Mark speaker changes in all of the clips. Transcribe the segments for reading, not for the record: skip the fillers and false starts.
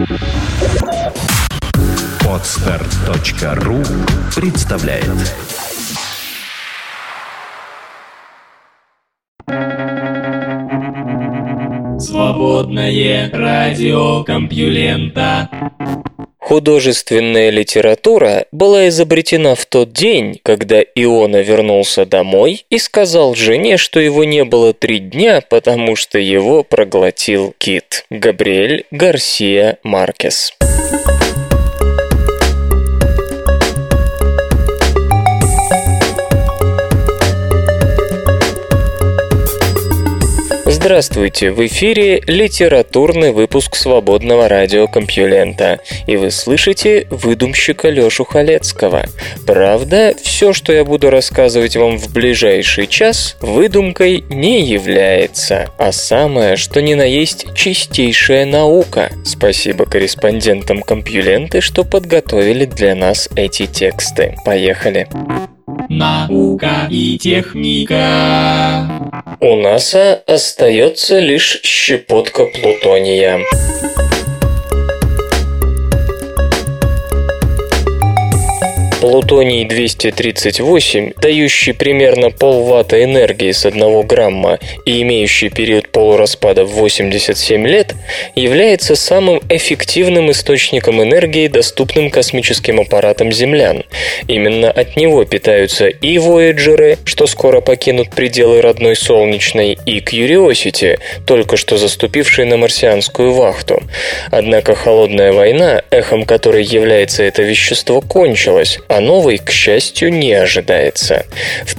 Speaker 1: Podstart.ru представляет.
Speaker 2: Свободное радио Компьюлента.
Speaker 3: Художественная литература была изобретена в тот день, когда Иона вернулся домой и сказал жене, что его не было 3 дня, потому что его проглотил кит. Габриэль Гарсия Маркес. Здравствуйте, в эфире литературный выпуск свободного радио Компьюлента, и вы слышите выдумщика Лёшу Халецкого. Правда, все, что я буду рассказывать вам в ближайший час, выдумкой не является, а самое, что ни на есть, чистейшая наука. Спасибо корреспондентам Компьюленты, что подготовили для нас эти тексты. Поехали!
Speaker 2: Наука и техника.
Speaker 3: У НАСА остается лишь щепотка плутония. Плутоний-238, дающий примерно полватта энергии с 1 грамма и имеющий период полураспада в 87 лет, является самым эффективным источником энергии, доступным космическим аппаратам землян. Именно от него питаются и Voyager'ы, что скоро покинут пределы родной Солнечной, и Curiosity, только что заступивший на марсианскую вахту. Однако холодная война, эхом которой является это вещество, кончилась, а новой, к счастью, не ожидается. В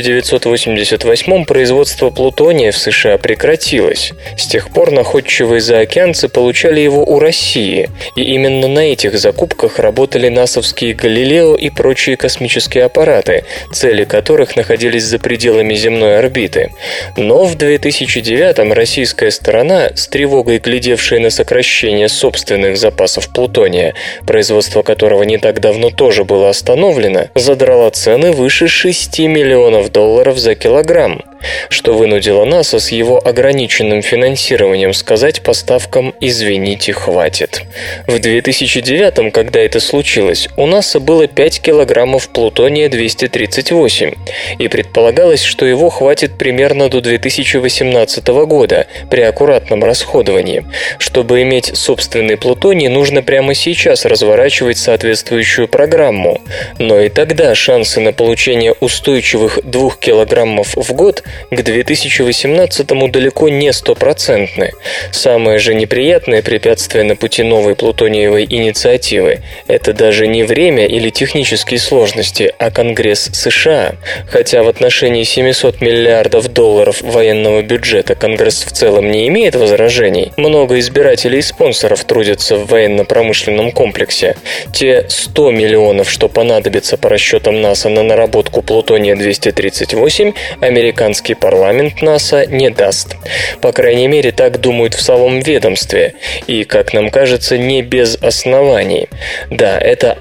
Speaker 3: 1988 производство плутония в США прекратилось. С тех пор находчивые заокеанцы получали его у России, и именно на этих закупках работали насовские «Галилео» и прочие космические аппараты, цели которых находились за пределами земной орбиты. Но в 2009-м российская сторона, с тревогой глядевшая на сокращение собственных запасов плутония, производство которого не так давно тоже было остановлено, задрала цены выше $6 миллионов за килограмм, что вынудило НАСА с его ограниченным финансированием сказать поставкам «извините, хватит». В 2009-м, когда это случилось, у НАСА было 5 килограммов плутония-238, и предполагалось, что его хватит примерно до 2018 года при аккуратном расходовании. Чтобы иметь собственный плутоний, нужно прямо сейчас разворачивать соответствующую программу, но и тогда шансы на получение устойчивых 2 килограммов в год к 2018-му далеко не стопроцентны. Самое же неприятное препятствие на пути новой плутониевой инициативы – это даже не время или технические сложности, а Конгресс США. Хотя в отношении $700 миллиардов военного бюджета Конгресс в целом не имеет возражений, много избирателей и спонсоров трудятся в военно-промышленном комплексе. Те 100 миллионов, что понадобится по расчетам НАСА на наработку плутония-238, американский парламент НАСА не даст. По крайней мере, так думают в самом ведомстве. И, как нам кажется, не без оснований. Да, это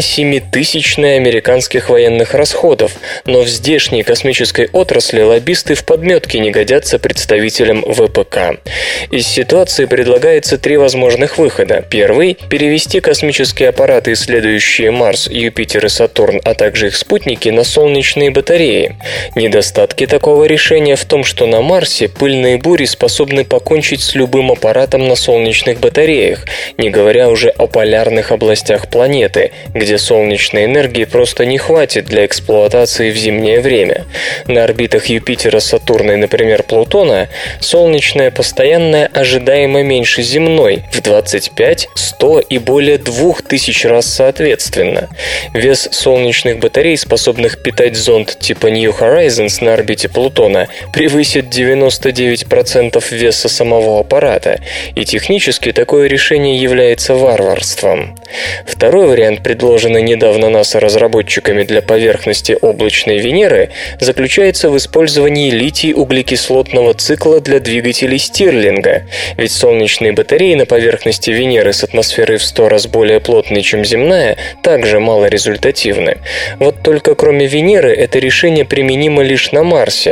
Speaker 3: 1/7000 американских военных расходов, но в здешней космической отрасли лоббисты в подметке не годятся представителям ВПК. Из ситуации предлагается 3 возможных выхода. Первый – перевести космические аппараты, исследующие Марс, Юпитер и Сатурн, а также их спутники, на солнечные батареи. Недостатки такого решения в том, что на Марсе пыльные бури способны покончить с любым аппаратом на солнечных батареях, не говоря уже о полярных областях планеты, где солнечной энергии просто не хватит для эксплуатации в зимнее время. На орбитах Юпитера, Сатурна и, например, Плутона солнечная постоянная ожидаемо меньше земной в 25, 100 и более 2000 раз соответственно. Вес солнечных батарей, способных питать зонд типа New Horizons на орбите Плутона, превысит 99% веса самого аппарата, и технически такое решение является варварством. Второй вариант, предложенный недавно НАСА разработчиками для поверхности облачной Венеры, заключается в использовании литий-углекислотного цикла для двигателей Стирлинга, ведь солнечные батареи на поверхности Венеры с атмосферой в 100 раз более плотной, чем земная, также малорезультативны. Вот только кроме Венеры это решение применимо лишь на Марсе,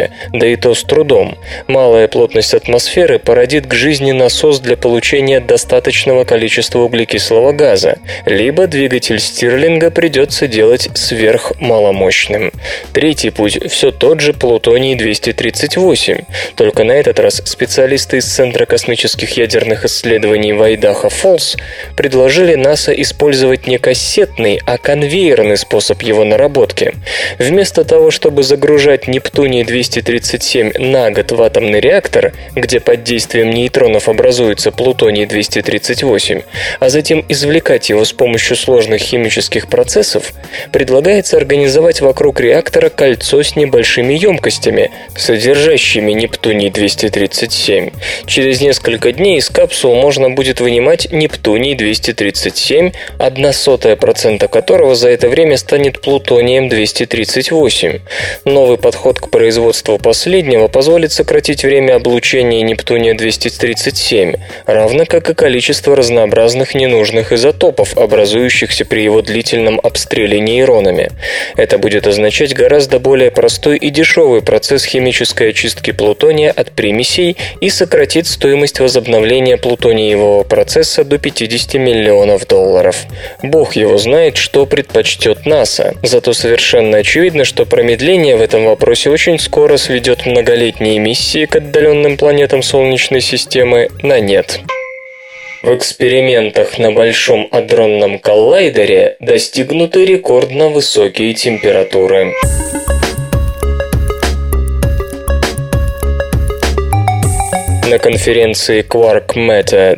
Speaker 3: плотности, да и то с трудом. Малая плотность атмосферы породит к жизни насос для получения достаточного количества углекислого газа, либо двигатель Стирлинга придется делать сверхмаломощным. Третий путь – все тот же плутоний-238, только на этот раз специалисты из Центра космических ядерных исследований в Айдахо-Фоллс предложили НАСА использовать не кассетный, а конвейерный способ его наработки. Вместо того, чтобы загружать Нептуний-237 на год в атомный реактор, где под действием нейтронов образуется плутоний-238, а затем извлекать его с помощью сложных химических процессов, предлагается организовать вокруг реактора кольцо с небольшими емкостями, содержащими Нептуний-237. Через несколько дней из капсул можно будет вынимать Нептуний-237, 0,01% которого за это время станет плутонием-238. Новый подход к производству последнего позволит сократить время облучения Нептуния-237, равно как и количество разнообразных ненужных изотопов, образующихся при его длительном обстреле нейронами. Это будет означать гораздо более простой и дешевый процесс химической очистки плутония от примесей и сократит стоимость возобновления плутониевого процесса до $50 миллионов. Бог его знает, что предпочтет НАСА. Зато совершенно очевидно, что промедление в этом вопросе очень скоро сведет многолетние миссии к отдаленным планетам Солнечной системы на нет. В экспериментах на Большом адронном коллайдере достигнуты рекордно высокие температуры. На конференции Quark Meta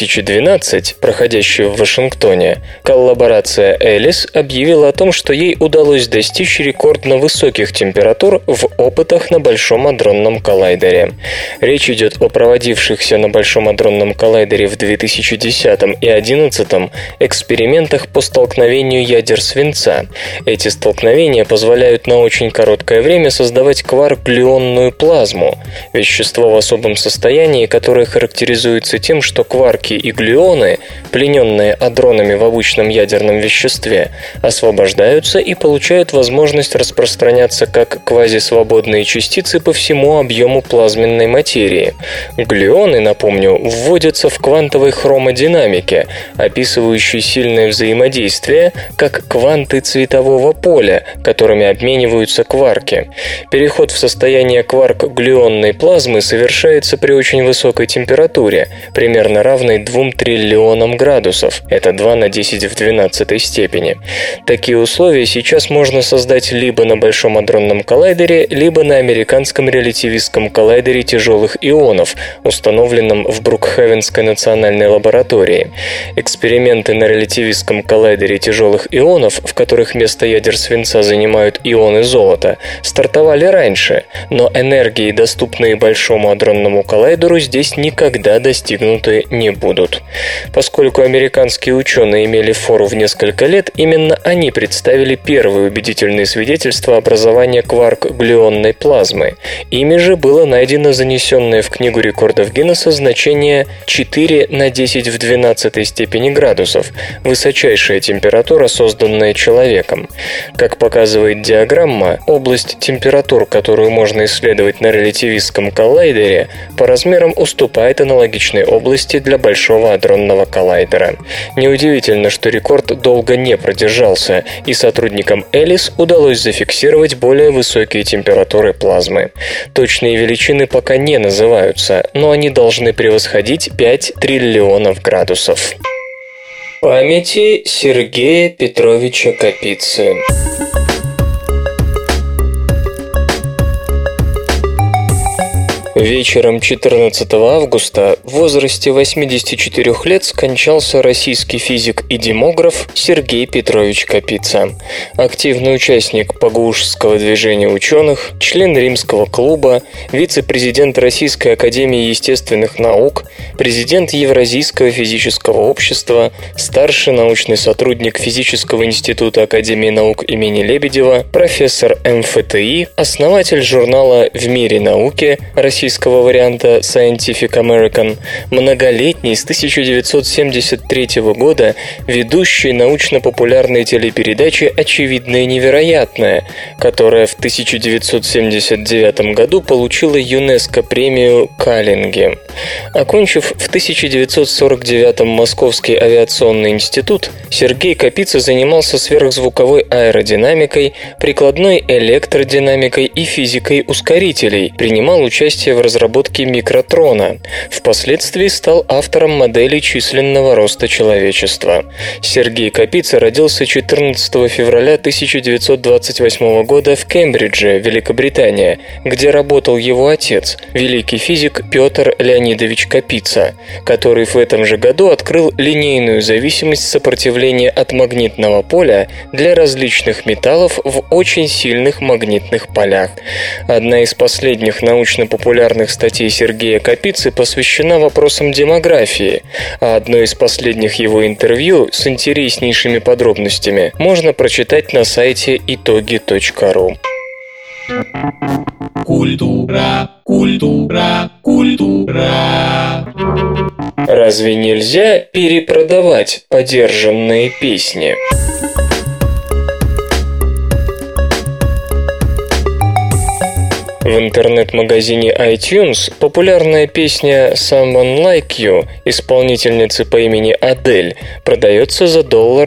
Speaker 3: 2012, проходящей в Вашингтоне, коллаборация Элис объявила о том, что ей удалось достичь рекордно высоких температур в опытах на Большом адронном коллайдере. Речь идет о проводившихся на Большом адронном коллайдере в 2010 и 2011 экспериментах по столкновению ядер свинца. Эти столкновения позволяют на очень короткое время создавать кварк-глюонную плазму, вещество в особом состоянии, которое характеризуется тем, что кварки и глюоны, плененные адронами в обычном ядерном веществе, освобождаются и получают возможность распространяться как квазисвободные частицы по всему объему плазменной материи. Глюоны, напомню, вводятся в квантовой хромодинамике, описывающей сильное взаимодействие, как кванты цветового поля, которыми обмениваются кварки. Переход в состояние кварк-глюонной плазмы совершается при очень высокой температуре, примерно равной 2 триллионам градусов, это 2 на 10 в 12 степени. Такие условия сейчас можно создать либо на Большом адронном коллайдере, либо на американском релятивистском коллайдере тяжелых ионов, установленном в Брукхевенской национальной лаборатории. Эксперименты на релятивистском коллайдере тяжелых ионов, в которых место ядер свинца занимают ионы золота, стартовали раньше, но энергии, доступные Большому адронному коллайдеру, здесь никогда достигнуты не будут. Поскольку американские ученые имели фору в несколько лет, именно они представили первые убедительные свидетельства образования кварк-глюонной плазмы. Ими же было найдено занесенное в Книгу рекордов Гиннесса значение 4 на 10 в 12 степени градусов, высочайшая температура, созданная человеком. Как показывает диаграмма, область температур, которую можно исследовать на релятивистском коллайдере, по размерам уступает аналогичной области для Большого адронного коллайдера. Неудивительно, что рекорд долго не продержался, и сотрудникам Элис удалось зафиксировать более высокие температуры плазмы. Точные величины пока не называются, но они должны превосходить 5 триллионов градусов. Памяти Сергея Петровича Капицы. Вечером 14 августа в возрасте 84 лет скончался российский физик и демограф Сергей Петрович Капица. Активный участник Погуушского движения ученых, член Римского клуба, вице-президент Российской академии естественных наук, президент Евразийского физического общества, старший научный сотрудник Физического института Академии наук имени Лебедева, профессор МФТИ, основатель журнала «В мире науки», Российского российского варианта Scientific American, многолетний с 1973 года ведущий научно-популярной телепередачи «Очевидное невероятное», которая в 1979 году получила ЮНЕСКО-премию Каллинги. Окончив в 1949 Московский авиационный институт, Сергей Капица занимался сверхзвуковой аэродинамикой, прикладной электродинамикой и физикой ускорителей, принимал участие в разработке микротрона. Впоследствии стал автором моделей численного роста человечества. Сергей Капица родился 14 февраля 1928 года в Кембридже, Великобритания, где работал его отец, великий физик Петр Леонидович Капица, который в этом же году открыл линейную зависимость сопротивления от магнитного поля для различных металлов в очень сильных магнитных полях. Одна из последних научно-популярных статей Сергея Капицы посвящена вопросам демографии, а одно из последних его интервью с интереснейшими подробностями можно прочитать на сайте итоги.ру.
Speaker 2: Культура, культура, культура.
Speaker 3: Разве нельзя перепродавать подержанные песни? В интернет-магазине iTunes популярная песня «Someone Like You» исполнительницы по имени Адель продается за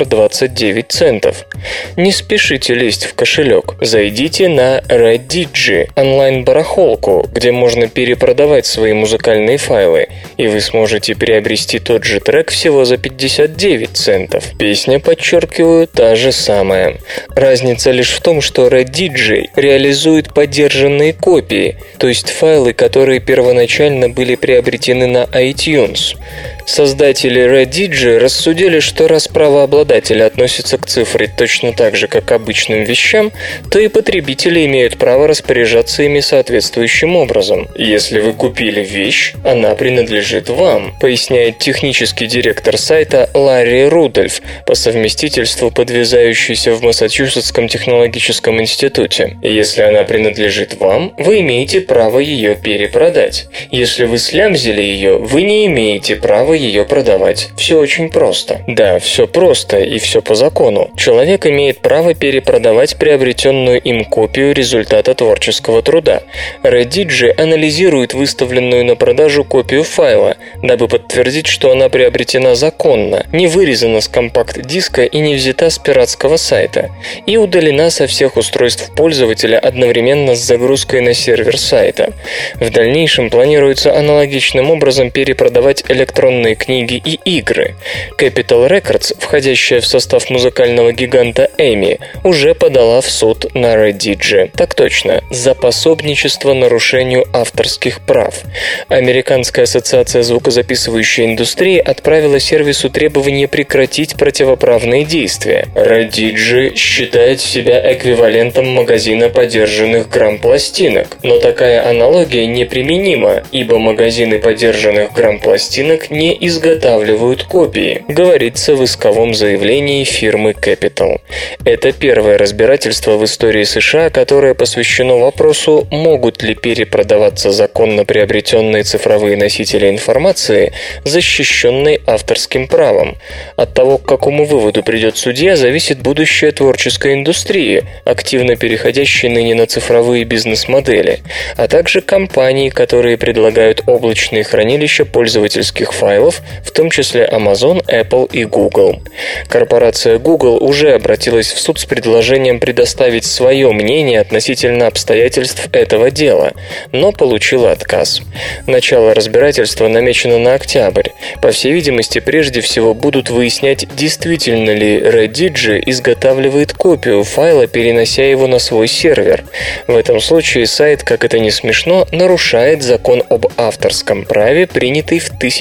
Speaker 3: $1.29. Не спешите лезть в кошелек. Зайдите на Redigi, онлайн-барахолку, где можно перепродавать свои музыкальные файлы, и вы сможете приобрести тот же трек всего за 59 центов. Песня, подчеркиваю, та же самая. Разница лишь в том, что Redigi реализует подержанные копии, то есть файлы, которые первоначально были приобретены на iTunes. Создатели Redigi рассудили, что раз правообладатели относятся к цифре точно так же, как к обычным вещам, то и потребители имеют право распоряжаться ими соответствующим образом. Если вы купили вещь, она принадлежит вам, поясняет технический директор сайта Ларри Рудольф, по совместительству подвязающийся в Массачусетском технологическом институте. Если она принадлежит вам, вы имеете право ее перепродать. Если вы слямзили ее, вы не имеете права ее продавать. Все очень просто. Да, все просто и все по закону. Человек имеет право перепродавать приобретенную им копию результата творческого труда. Redigi анализирует выставленную на продажу копию файла, дабы подтвердить, что она приобретена законно, не вырезана с компакт-диска и не взята с пиратского сайта, и удалена со всех устройств пользователя одновременно с загрузкой на сервер сайта. В дальнейшем планируется аналогичным образом перепродавать электронные книги и игры. Capitol Records, входящая в состав музыкального гиганта EMI, уже подала в суд на Redigi. Так точно, за пособничество нарушению авторских прав. Американская ассоциация звукозаписывающей индустрии отправила сервису требование прекратить противоправные действия. Redigi считает себя эквивалентом магазина подержанных грамм-пластинок, но такая аналогия неприменима, ибо магазины подержанных грамм-пластинок не изготавливают копии, говорится в исковом заявлении фирмы Capitol. Это первое разбирательство в истории США, которое посвящено вопросу, могут ли перепродаваться законно приобретенные цифровые носители информации, защищенные авторским правом. От того, к какому выводу придет судья, зависит будущее творческой индустрии, активно переходящей ныне на цифровые бизнес-модели, а также компаний, которые предлагают облачные хранилища пользовательских файлов, в том числе Amazon, Apple и Google. Корпорация Google уже обратилась в суд с предложением предоставить свое мнение относительно обстоятельств этого дела, но получила отказ. Начало разбирательства намечено на октябрь. По всей видимости, прежде всего будут выяснять, действительно ли Redigi изготавливает копию файла, перенося его на свой сервер. В этом случае сайт, как это ни смешно, нарушает закон об авторском праве, принятый в 1999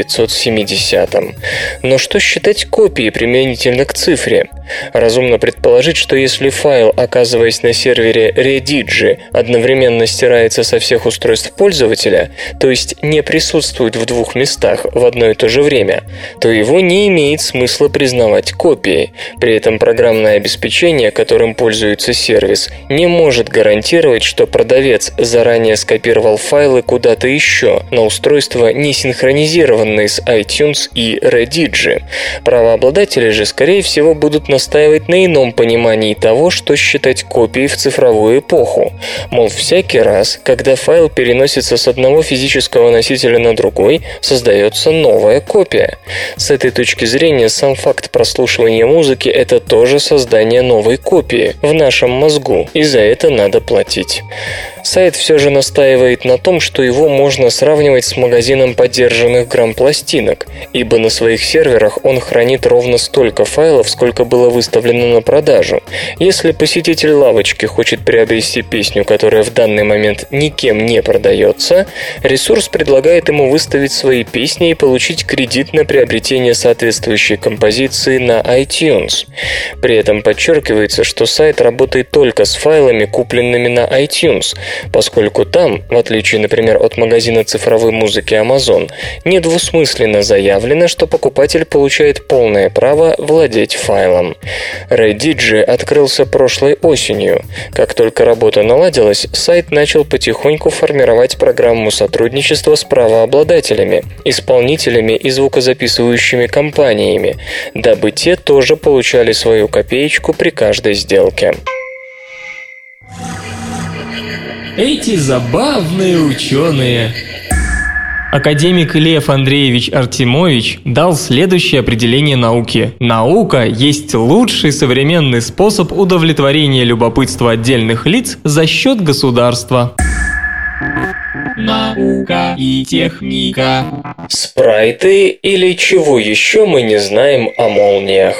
Speaker 3: 1970-м. Но что считать копией применительно к цифре? Разумно предположить, что если файл, оказываясь на сервере Redigi, одновременно стирается со всех устройств пользователя, то есть не присутствует в двух местах в одно и то же время, то его не имеет смысла признавать копией. При этом программное обеспечение, которым пользуется сервис, не может гарантировать, что продавец заранее скопировал файлы куда-то еще на устройства, не синхронизированные с iTunes и Redigi. Правообладатели же, скорее всего, будут настаивать на ином понимании того, что считать копией в цифровую эпоху. Мол, всякий раз, когда файл переносится с одного физического носителя на другой, создается новая копия. С этой точки зрения, сам факт прослушивания музыки – это тоже создание новой копии в нашем мозгу, и за это надо платить. Сайт все же настаивает на том, что его можно сравнивать с магазином подержанных грамм-пластинок, ибо на своих серверах он хранит ровно столько файлов, сколько было выставлено на продажу. Если посетитель лавочки хочет приобрести песню, которая в данный момент никем не продается, ресурс предлагает ему выставить свои песни и получить кредит на приобретение соответствующей композиции на iTunes. При этом подчеркивается, что сайт работает только с файлами, купленными на iTunes, поскольку там, в отличие, например, от магазина цифровой музыки Amazon, недвусмысленно заявлено, что покупатель получает полное право владеть файлом. Redigi открылся прошлой осенью. Как только работа наладилась, сайт начал потихоньку формировать программу сотрудничества с правообладателями, исполнителями и звукозаписывающими компаниями, дабы те тоже получали свою копеечку при каждой сделке.
Speaker 4: Эти забавные ученые. Академик Лев Андреевич Артемович дал следующее определение науки. Наука есть лучший современный способ удовлетворения любопытства отдельных лиц за счет государства.
Speaker 2: Наука и техника.
Speaker 3: Спрайты или чего еще мы не знаем о молниях?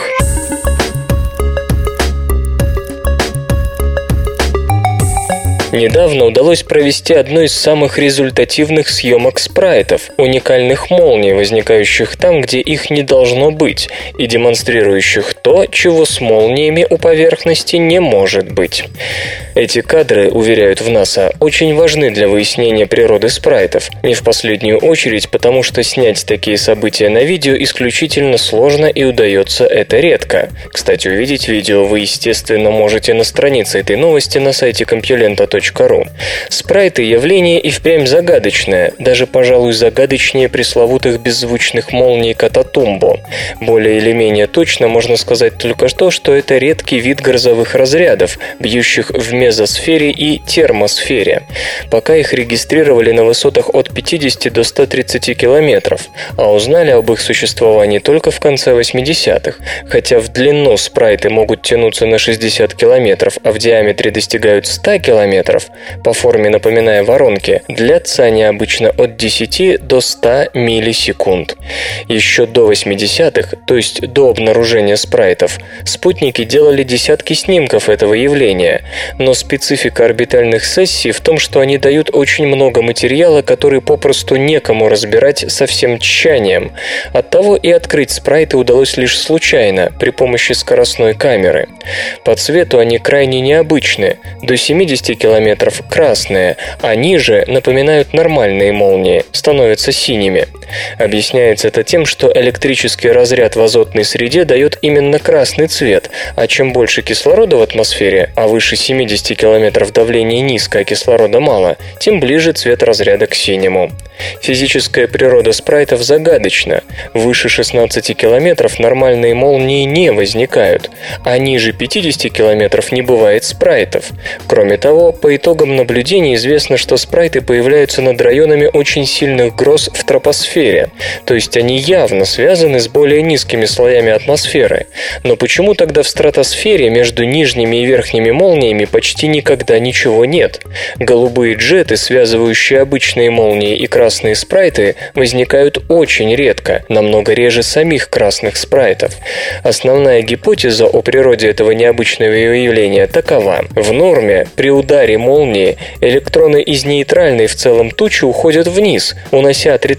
Speaker 3: Недавно удалось провести одну из самых результативных съемок спрайтов, уникальных молний, возникающих там, где их не должно быть, и демонстрирующих то, чего с молниями у поверхности не может быть. Эти кадры, уверяют в НАСА, очень важны для выяснения природы спрайтов, не в последнюю очередь потому, что снять такие события на видео исключительно сложно и удается это редко. Кстати, увидеть видео вы, естественно, можете на странице этой новости на сайте compulenta.ru. Спрайты – явление и впрямь загадочное, даже, пожалуй, загадочнее пресловутых беззвучных молний Кататумбо. Более или менее точно можно сказать только то, что это редкий вид грозовых разрядов, бьющих в мезосфере и термосфере. Пока их регистрировали на высотах от 50 до 130 километров, а узнали об их существовании только в конце 80-х. Хотя в длину спрайты могут тянуться на 60 километров, а в диаметре достигают 100 километров, по форме напоминая воронки, длятся они обычно от 10 до 100 миллисекунд. Еще до 80-х, то есть до обнаружения спрайтов, спутники делали десятки снимков этого явления, но специфика орбитальных сессий в том, что они дают очень много материала, который попросту некому разбирать со всем тщанием. Оттого и открыть спрайты удалось лишь случайно, при помощи скоростной камеры. По цвету они крайне необычны, до 70 километров красные, а ниже напоминают нормальные молнии, становятся синими. Объясняется это тем, что электрический разряд в азотной среде дает именно красный цвет, а чем больше кислорода в атмосфере, а выше 70 километров давление низко, а кислорода мало, тем ближе цвет разряда к синему. Физическая природа спрайтов загадочна. Выше 16 километров нормальные молнии не возникают, а ниже 50 километров не бывает спрайтов. Кроме того, по итогам наблюдений известно, что спрайты появляются над районами очень сильных гроз в тропосфере, то есть они явно связаны с более низкими слоями атмосферы. Но почему тогда в стратосфере между нижними и верхними молниями почти никогда ничего нет? Голубые джеты, связывающие обычные молнии и красные спрайты, возникают очень редко, намного реже самих красных спрайтов. Основная гипотеза о природе этого необычного явления такова. В норме, при ударе молнии, электроны из нейтральной в целом тучи уходят вниз, унося отрицательный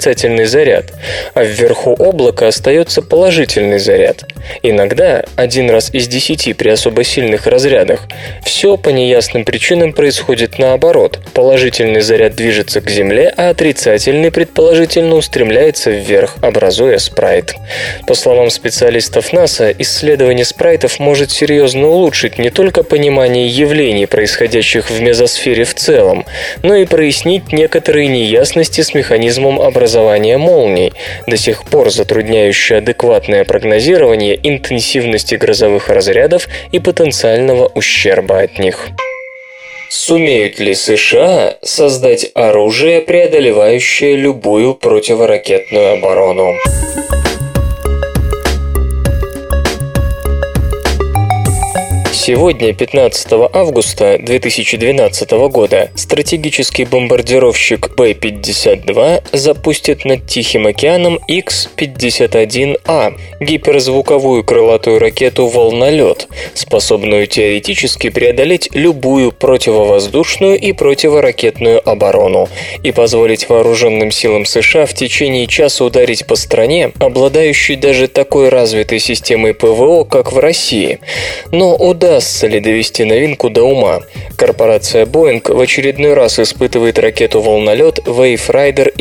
Speaker 3: заряд, а вверху облака остается положительный заряд. Иногда, 1 раз из 10 при особо сильных разрядах, все по неясным причинам происходит наоборот. Положительный заряд движется к Земле, а отрицательный, предположительно, устремляется вверх, образуя спрайт. По словам специалистов НАСА, исследование спрайтов может серьезно улучшить не только понимание явлений, происходящих в мезосфере в целом, но и прояснить некоторые неясности с механизмом образования молний, до сих пор затрудняющие адекватное прогнозирование интенсивности грозовых разрядов и потенциального ущерба от них. Сумеют ли США создать оружие, преодолевающее любую противоракетную оборону? Сегодня, 15 августа 2012 года, стратегический бомбардировщик Б-52 запустит над Тихим океаном Х-51А, гиперзвуковую крылатую ракету «Волнолет», способную теоретически преодолеть любую противовоздушную и противоракетную оборону и позволить вооруженным силам США в течение часа ударить по стране, обладающей даже такой развитой системой ПВО, как в России. Но удастся ли довести новинку до ума? Корпорация Boeing в очередной раз испытывает ракету «Волнолет» Wave Rider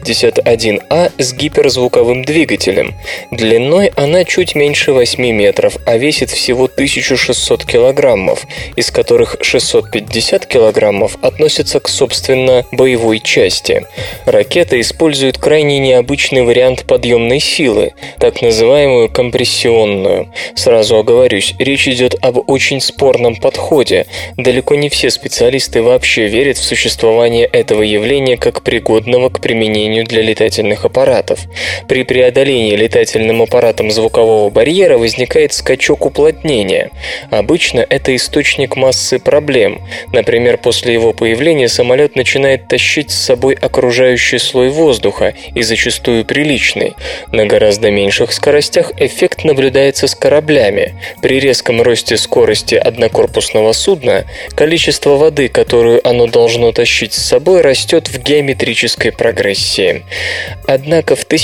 Speaker 3: X-51A с гиперзвуковым двигателем. Длиной она чуть меньше 8 метров, а весит всего 1600 килограммов, из которых 650 килограммов относятся к, собственно, боевой части. Ракета использует крайне необычный вариант подъемной силы, так называемую компрессионную. Сразу оговорюсь, речь идет об очень спорном подходе. Далеко не все специалисты вообще верят в существование этого явления как пригодного к применению для летательных аппаратов. При преодолении летательным аппаратом звукового барьера возникает скачок уплотнения. Обычно это источник массы проблем. Например, после его появления самолет начинает тащить с собой окружающий слой воздуха, и зачастую приличный. На гораздо меньших скоростях эффект наблюдается с кораблями. При резком росте скорости однокорпусного судна количество воды, которую оно должно тащить с собой, растет в геометрической прогрессии. Однако в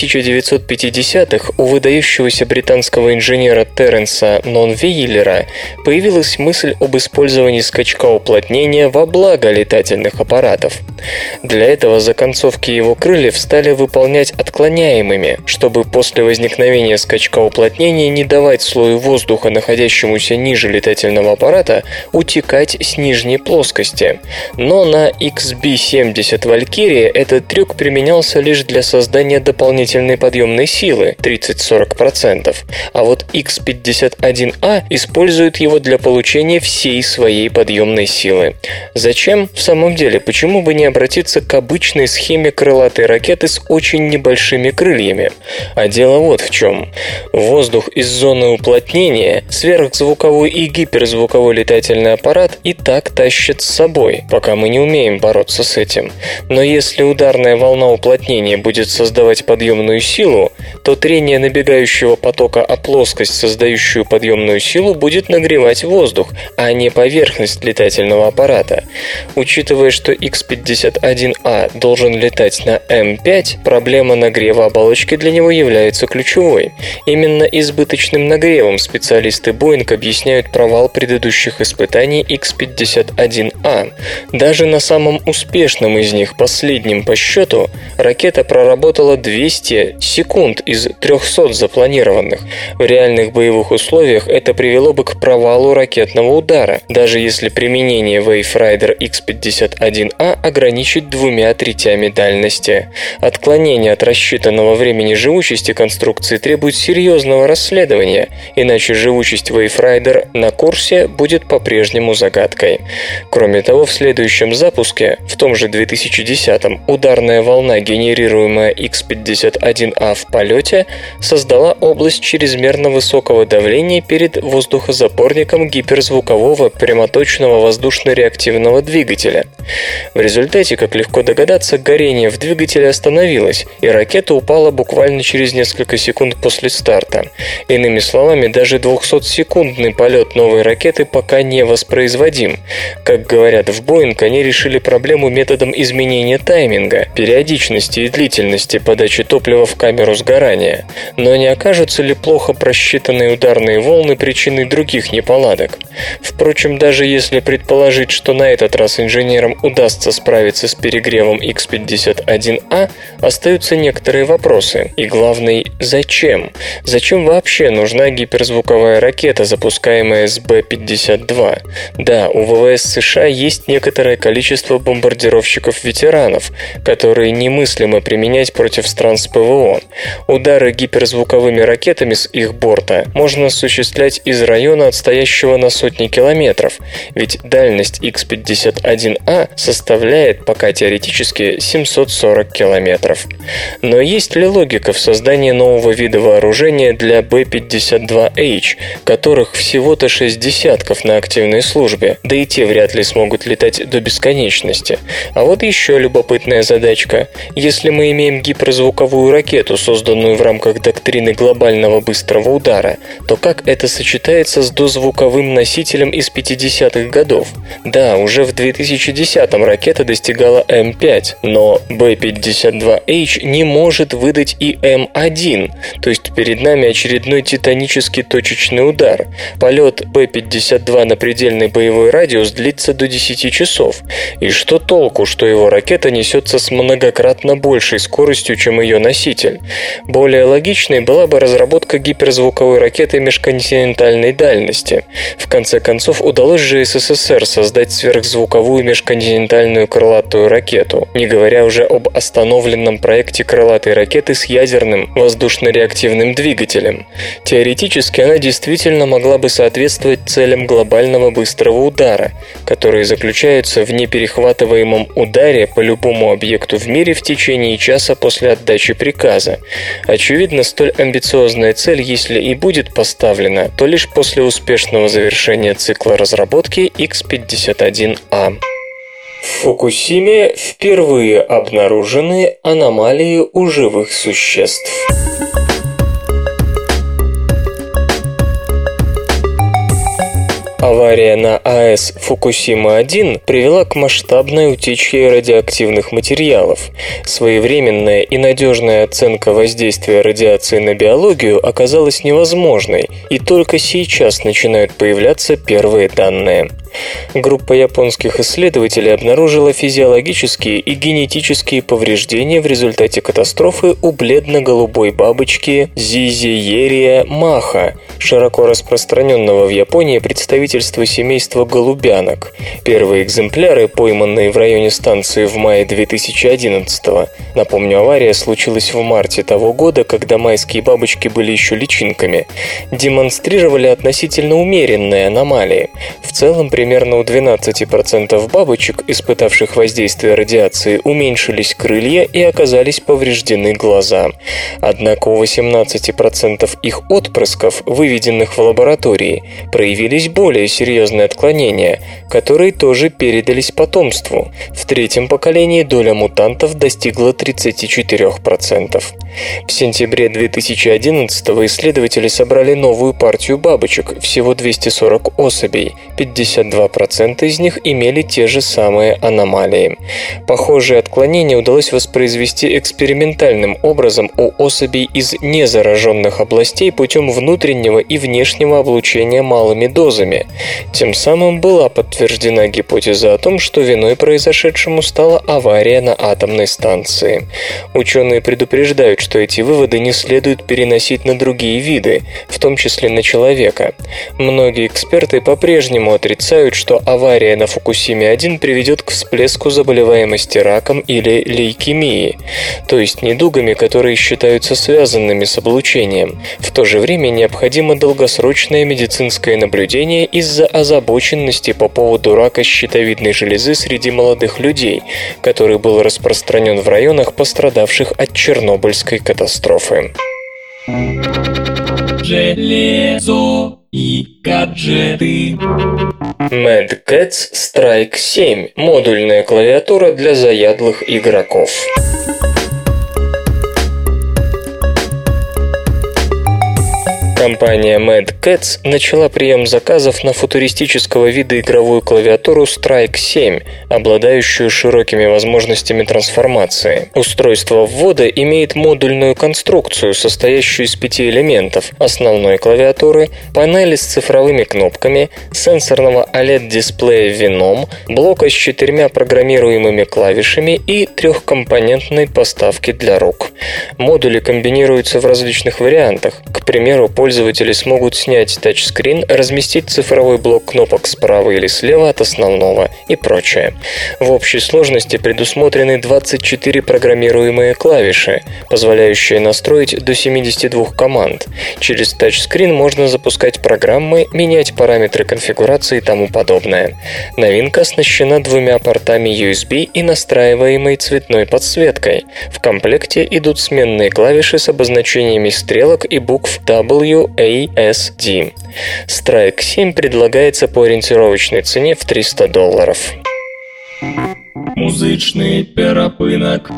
Speaker 3: 1950-х у выдающегося британского инженера Терренса Нонвейлера появилась мысль об использовании скачка уплотнения во благо летательных аппаратов. Для этого законцовки его крыльев стали выполнять отклоняемыми, чтобы после возникновения скачка уплотнения не давать слою воздуха, находящемуся ниже летательного аппарата, утекать с нижней плоскости. Но на XB-70 Valkyrie этот трюк применялся лишь для создания дополнительной подъемной силы 30-40%, а вот X-51A использует его для получения всей своей подъемной силы. Зачем? В самом деле, почему бы не обратиться к обычной схеме крылатой ракеты с очень небольшими крыльями? А дело вот в чем. Воздух из зоны уплотнения, сверхзвуковой и гиперзвуковой летательный аппарат и так тащит с собой, пока мы не умеем бороться с этим. Но если ударная волна уплотнения будет создавать подъемную силу, то трение набегающего потока о плоскость, создающую подъемную силу, будет нагревать воздух, а не поверхность летательного аппарата. Учитывая, что X-51A должен летать на М5, проблема нагрева оболочки для него является ключевой. Именно избыточным нагревом специалисты Boeing объясняют провал предыдущих испытаний X-51A. Даже на самом успешном из них, последнем по счету, ракета проработала 200 секунд из 300 запланированных. В реальных боевых условиях это привело бы к провалу ракетного удара, даже если применение Wave Rider X-51A ограничить 2/3 дальности. Отклонение от рассчитанного времени живучести конструкции требует серьезного расследования, иначе живучесть Wave Rider на курсе будет по-прежнему загадкой. Кроме того, в следующем запуске, в том же 2010-м, ударная волна, генерируемая X-51A в полете, создала область чрезмерно высокого давления перед воздухозапорником гиперзвукового прямоточного воздушно-реактивного двигателя. В результате, как легко догадаться, горение в двигателе остановилось, и ракета упала буквально через несколько секунд после старта. Иными словами, даже 200-секундный полет новой гиперзвуковой ракеты пока не воспроизводим. Как говорят в Boeing, они решили проблему методом изменения тайминга, периодичности и длительности подачи топлива в камеру сгорания. Но не окажутся ли плохо просчитанные ударные волны причиной других неполадок? Впрочем, даже если предположить, что на этот раз инженерам удастся справиться с перегревом X-51A, остаются некоторые вопросы. И главный – зачем? Зачем вообще нужна гиперзвуковая ракета, запускаемая с Б-52? Да, у ВВС США есть некоторое количество бомбардировщиков-ветеранов, которые немыслимо применять против стран с ПВО. Удары гиперзвуковыми ракетами с их борта можно осуществлять из района, отстоящего на сотни километров, ведь дальность X-51A составляет пока теоретически 740 километров. Но есть ли логика в создании нового вида вооружения для Б-52H, которых всего-то 6 десятков на активной службе, да и те вряд ли смогут летать до бесконечности? А вот еще любопытная задачка. Если мы имеем гиперзвуковую ракету, созданную в рамках доктрины глобального быстрого удара, то как это сочетается с дозвуковым носителем из 50-х годов? Да, уже в 2010-м ракета достигала М5, но Б-52H не может выдать и М1, то есть перед нами очередной титанический точечный удар. Полет Б-52 на предельный боевой радиус длится до 10 часов. И что толку, что его ракета несется с многократно большей скоростью, чем ее носитель? Более логичной была бы разработка гиперзвуковой ракеты межконтинентальной дальности. В конце концов, удалось же СССР создать сверхзвуковую межконтинентальную крылатую ракету, не говоря уже об остановленном проекте крылатой ракеты с ядерным воздушно-реактивным двигателем. Теоретически она действительно могла бы соответствовать целям глобального быстрого удара, которые заключаются в неперехватываемом ударе по любому объекту в мире в течение часа после отдачи приказа. Очевидно, столь амбициозная цель, если и будет поставлена, то лишь после успешного завершения цикла разработки X-51A. В Фукусиме впервые обнаружены аномалии у живых существ. Авария на АЭС Фукусима-1 привела к масштабной утечке радиоактивных материалов. Своевременная и надежная оценка воздействия радиации на биологию оказалась невозможной, и только сейчас начинают появляться первые данные. Группа японских исследователей обнаружила физиологические и генетические повреждения в результате катастрофы у бледно-голубой бабочки Зизиерия маха, широко распространенного в Японии представительства семейства голубянок. Первые экземпляры, пойманные в районе станции в мае 2011-го. Напомню, авария случилась в марте того года, когда майские бабочки были еще личинками. Демонстрировали относительно умеренные аномалии. В целом, примерно у 12% бабочек, испытавших воздействие радиации, уменьшились крылья и оказались повреждены глаза. Однако у 18% их отпрысков, выведенных в лаборатории, проявились более серьезные отклонения, которые тоже передались потомству. В третьем поколении доля мутантов достигла 34%. В сентябре 2011-го исследователи собрали новую партию бабочек, всего 240 особей, 52% из них имели те же самые аномалии. Похожие отклонения удалось воспроизвести экспериментальным образом у особей из незараженных областей путем внутреннего и внешнего облучения малыми дозами. Тем самым была подтверждена гипотеза о том, что виной произошедшему стала авария на атомной станции. Ученые предупреждают, что эти выводы не следует переносить на другие виды, в том числе на человека. Многие эксперты по-прежнему отрицают, что авария на Фукусиме-1 приведет к всплеску заболеваемости раком или лейкемией, то есть недугами, которые считаются связанными с облучением. В то же время необходимо долгосрочное медицинское наблюдение из-за озабоченности по поводу рака щитовидной железы среди молодых людей, который был распространен в районах, пострадавших от Чернобыльской катастрофы.
Speaker 2: Железо и гаджеты.
Speaker 3: Mad Catz Strike 7 – модульная клавиатура для заядлых игроков. Компания Mad Catz начала прием заказов на футуристического вида игровую клавиатуру Strike 7, обладающую широкими возможностями трансформации. Устройство ввода имеет модульную конструкцию, состоящую из 5 элементов: основной клавиатуры, панели с цифровыми кнопками, сенсорного OLED-дисплея Venom, блока с 4 программируемыми клавишами и 3-компонентной поставки для рук. Модули комбинируются в различных вариантах. К примеру, пользователи смогут снять тачскрин, разместить цифровой блок кнопок справа или слева от основного и прочее. В общей сложности предусмотрены 24 программируемые клавиши, позволяющие настроить до 72 команд. Через тачскрин можно запускать программы, менять параметры конфигурации и тому подобное. Новинка оснащена 2 портами USB и настраиваемой цветной подсветкой. В комплекте идут сменные клавиши с обозначениями стрелок и букв WASD. Strike 7 предлагается по ориентировочной цене в $300.
Speaker 2: Музичний перепинок.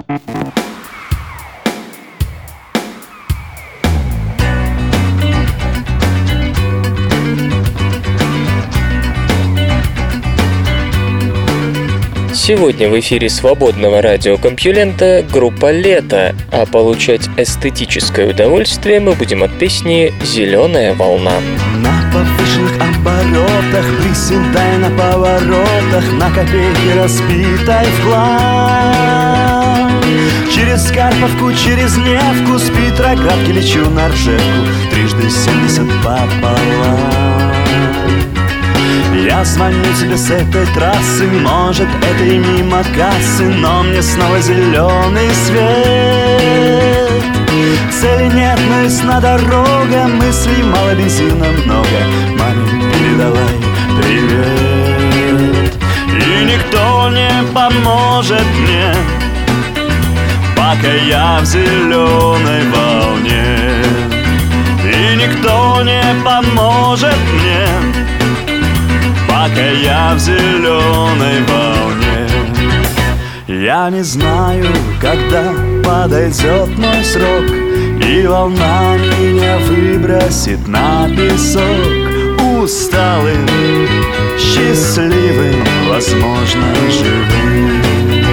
Speaker 3: Сегодня в эфире свободного радиокомпьюлента группа «Лето», а получать эстетическое удовольствие мы будем от песни «Зеленая волна».
Speaker 5: На повышенных оборотах, приседая на поворотах, на копейки разбитой вклад. Через Карповку, через Невку, с Петроградки лечу на Ржевку, трижды 70 пополам. Я звоню тебе с этой трассы, может, это и мимо кассы, но мне снова зеленый свет. Цели нет, но ясна дорога, мыслей мало, бензина много. Маме передавай привет. И никто не поможет мне, пока я в зеленой волне. И никто не поможет мне, пока я в зеленой волне. Я не знаю, когда подойдет мой срок, и волна меня выбросит на песок. Усталым, счастливым, возможно, живым.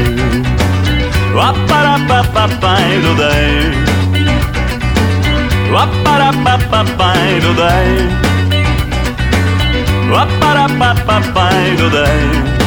Speaker 5: Ва-пара-па-па-пай-ду-дай, ва-пара-па-па-пай-ду-дай, ва-пара-па-па-пай-ду-дай.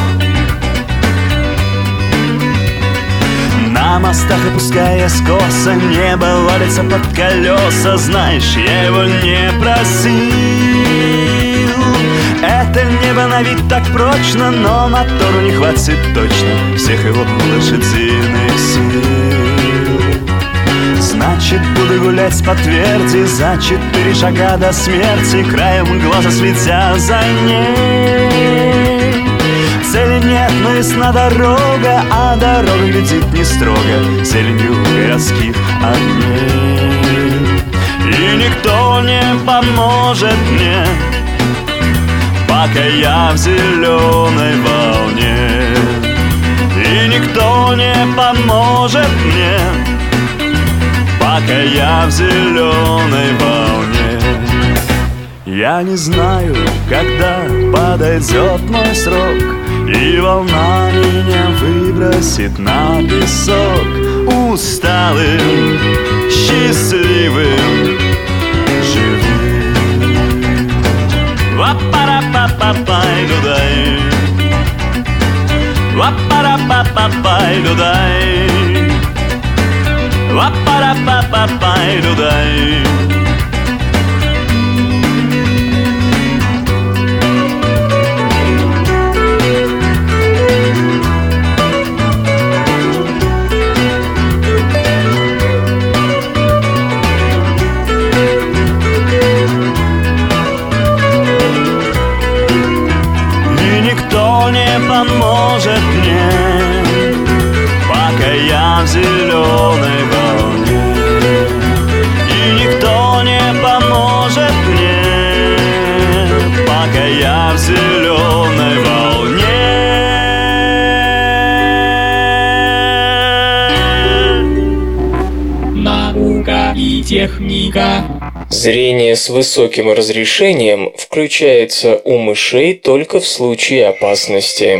Speaker 5: На мостах, опуская скоса, небо валится под колеса. Знаешь, я его не просил. Это небо на вид так прочно, но мотору не хватит точно всех его лошадиных сил. Значит, буду гулять по тверди за 4 шага до смерти, краем глаза следя за ней. Цели нет, но ясна дорога, а дорога глядит не строго зеленью городских огней. И никто не поможет мне, пока я в зеленой волне. И никто не поможет мне, пока я в зеленой волне. Я не знаю, когда подойдет мой срок, и волна меня выбросит на песок. Усталым, счастливым, живым. Ва-пара-па-па-пай-ду-дай, ва-пара-па-па-пай-ду-дай, ва-пара-па-па-пай-ду-дай. Поможет мне, пока я в зеленой волне. И никто
Speaker 3: Зрение с высоким разрешением включается у мышей только в случае опасности.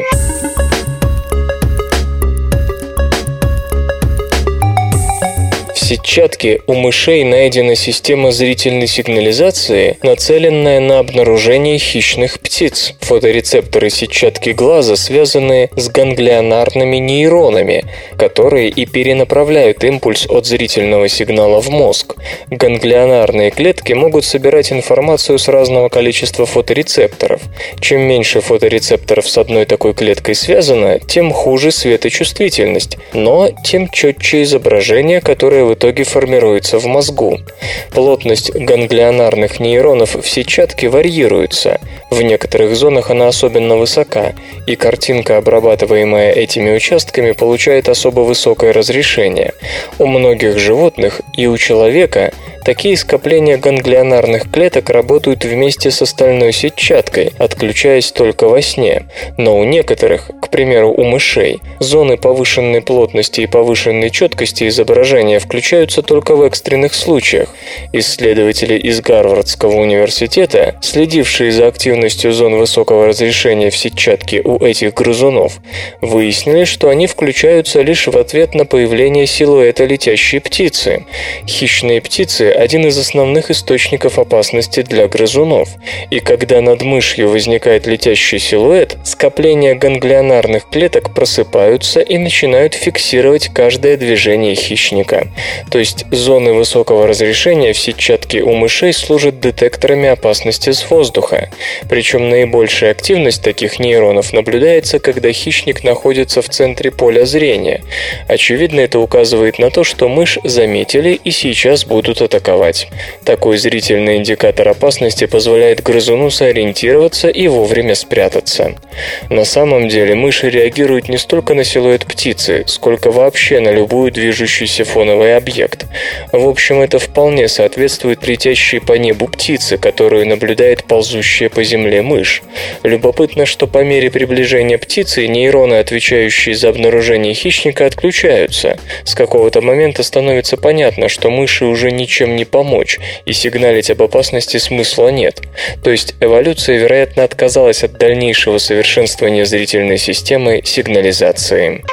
Speaker 3: В сетчатке у мышей найдена система зрительной сигнализации, нацеленная на обнаружение хищных птиц. Фоторецепторы сетчатки глаза связаны с ганглионарными нейронами, которые и перенаправляют импульс от зрительного сигнала в мозг. Ганглионарные клетки могут собирать информацию с разного количества фоторецепторов. Чем меньше фоторецепторов с одной такой клеткой связано, тем хуже светочувствительность, но тем четче изображение, которое в итоге формируется в мозгу. Плотность ганглионарных нейронов в сетчатке варьируется. В некоторых зонах она особенно высока, и картинка, обрабатываемая этими участками, получает особо высокое разрешение. У многих животных и у человека такие скопления ганглионарных клеток работают вместе с остальной сетчаткой, отключаясь только во сне. Но у некоторых, к примеру, у мышей, зоны повышенной плотности и повышенной четкости изображения включаются только в экстренных случаях. Исследователи из Гарвардского университета, следившие за активностью зон высокого разрешения в сетчатке у этих грызунов, выяснили, что они включаются лишь в ответ на появление силуэта летящей птицы. Хищные птицы – один из основных источников опасности для грызунов. И когда над мышью возникает летящий силуэт, скопления ганглионарных клеток просыпаются и начинают фиксировать каждое движение хищника. То есть зоны высокого разрешения в сетчатке у мышей служат детекторами опасности с воздуха. Причем наибольшая активность таких нейронов наблюдается, когда хищник находится в центре поля зрения. Очевидно, это указывает на то, что мышь заметили и сейчас будут атаковать. Такой зрительный индикатор опасности позволяет грызуну сориентироваться и вовремя спрятаться. На самом деле мыши реагируют не столько на силуэт птицы, сколько вообще на любую движущийся фоновый объект. В общем, это вполне соответствует летящей по небу птице, которую наблюдает ползущая по земле мышь. Любопытно, что по мере приближения птицы нейроны, отвечающие за обнаружение хищника, отключаются. С какого-то момента становится понятно, что мыши уже ничем не помочь, и сигналить об опасности смысла нет. То есть эволюция, вероятно, отказалась от дальнейшего совершенствования зрительной системы сигнализации.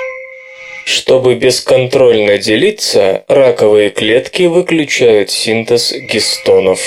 Speaker 3: Чтобы бесконтрольно делиться, раковые клетки выключают синтез гистонов.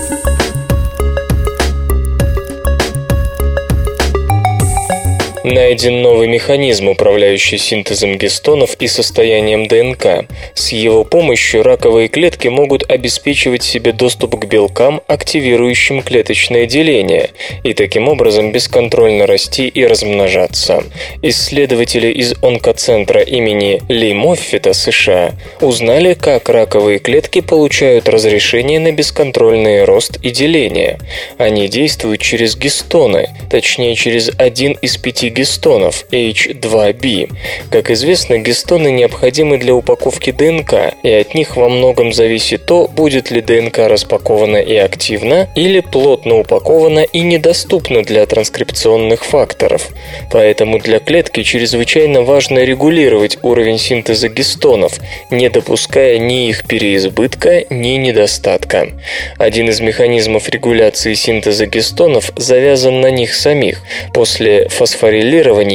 Speaker 3: Найден новый механизм, управляющий синтезом гистонов и состоянием ДНК. С его помощью раковые клетки могут обеспечивать себе доступ к белкам, активирующим клеточное деление, и таким образом бесконтрольно расти и размножаться. Исследователи из онкоцентра имени Ли Моффета, США, узнали, как раковые клетки получают разрешение на бесконтрольный рост и деление. Они действуют через гистоны, точнее через один из 5 гистонов H2B. Как известно, гистоны необходимы для упаковки ДНК, и от них во многом зависит то, будет ли ДНК распакована и активна, или плотно упакована и недоступна для транскрипционных факторов. Поэтому для клетки чрезвычайно важно регулировать уровень синтеза гистонов, не допуская ни их переизбытка, ни недостатка. Один из механизмов регуляции синтеза гистонов завязан на них самих. После фосфорилирования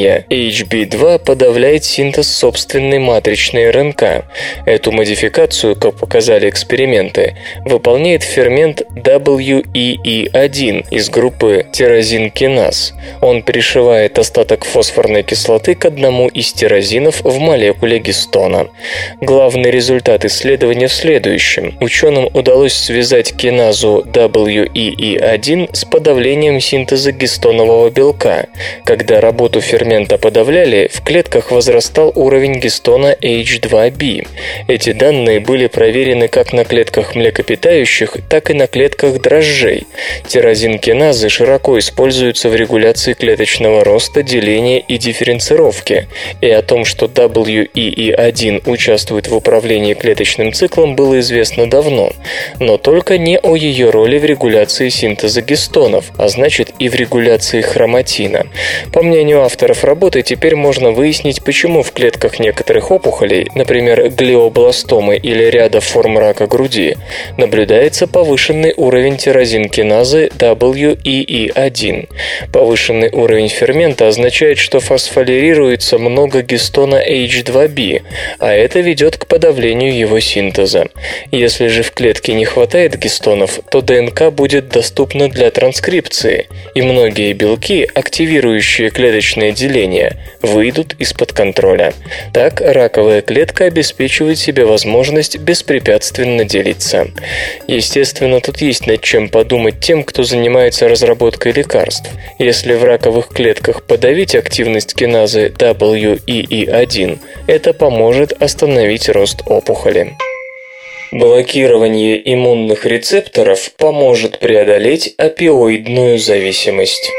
Speaker 3: HB2 подавляет синтез собственной матричной РНК. Эту модификацию, как показали эксперименты, выполняет фермент WEE1 из группы тирозинкиназ. Он пришивает остаток фосфорной кислоты к одному из тирозинов в молекуле гистона. Главный результат исследования в следующем. Ученым удалось связать киназу WEE1 с подавлением синтеза гистонового белка. Когда работу фермента подавляли, в клетках возрастал уровень гистона H2B. Эти данные были проверены как на клетках млекопитающих, так и на клетках дрожжей. Тирозинкиназы широко используются в регуляции клеточного роста, деления и дифференцировки. И о том, что WEE1 участвует в управлении клеточным циклом, было известно давно. Но только не о ее роли в регуляции синтеза гистонов, а значит и в регуляции хроматина. По мнению мнению авторов работы, теперь можно выяснить, почему в клетках некоторых опухолей, например, глиобластомы или ряда форм рака груди, наблюдается повышенный уровень тирозинкиназы WEE1. Повышенный уровень фермента означает, что фосфорируется много гистона H2B, а это ведет к подавлению его синтеза. Если же в клетке не хватает гистонов, то ДНК будет доступна для транскрипции, и многие белки, активирующие клеточное деление, выйдут из-под контроля. Так, раковая клетка обеспечивает себе возможность беспрепятственно делиться. Естественно, тут есть над чем подумать тем, кто занимается разработкой лекарств. Если в раковых клетках подавить активность киназы WEE1, это поможет остановить рост опухоли. Блокирование иммунных рецепторов поможет преодолеть опиоидную зависимость.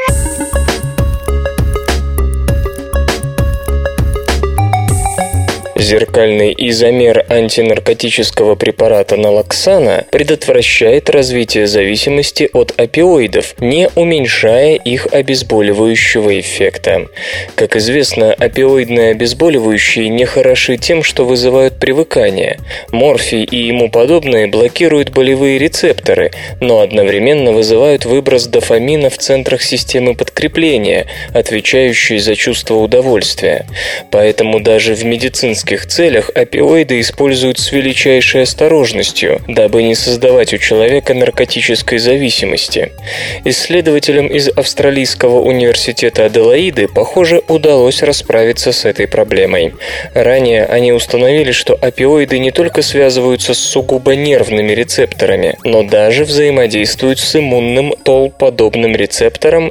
Speaker 3: Зеркальный изомер антинаркотического препарата налоксана предотвращает развитие зависимости от опиоидов, не уменьшая их обезболивающего эффекта. Как известно, опиоидные обезболивающие не хороши тем, что вызывают привыкание. Морфий и ему подобные блокируют болевые рецепторы, но одновременно вызывают выброс дофамина в центрах системы подкрепления, отвечающей за чувство удовольствия. Поэтому даже в медицинских целях опиоиды используют с величайшей осторожностью, дабы не создавать у человека наркотической зависимости. Исследователям из Австралийского университета Аделаиды, похоже, удалось расправиться с этой проблемой. Ранее они установили, что опиоиды не только связываются с сугубо нервными рецепторами, но даже взаимодействуют с иммунным ТОЛ-подобным рецептором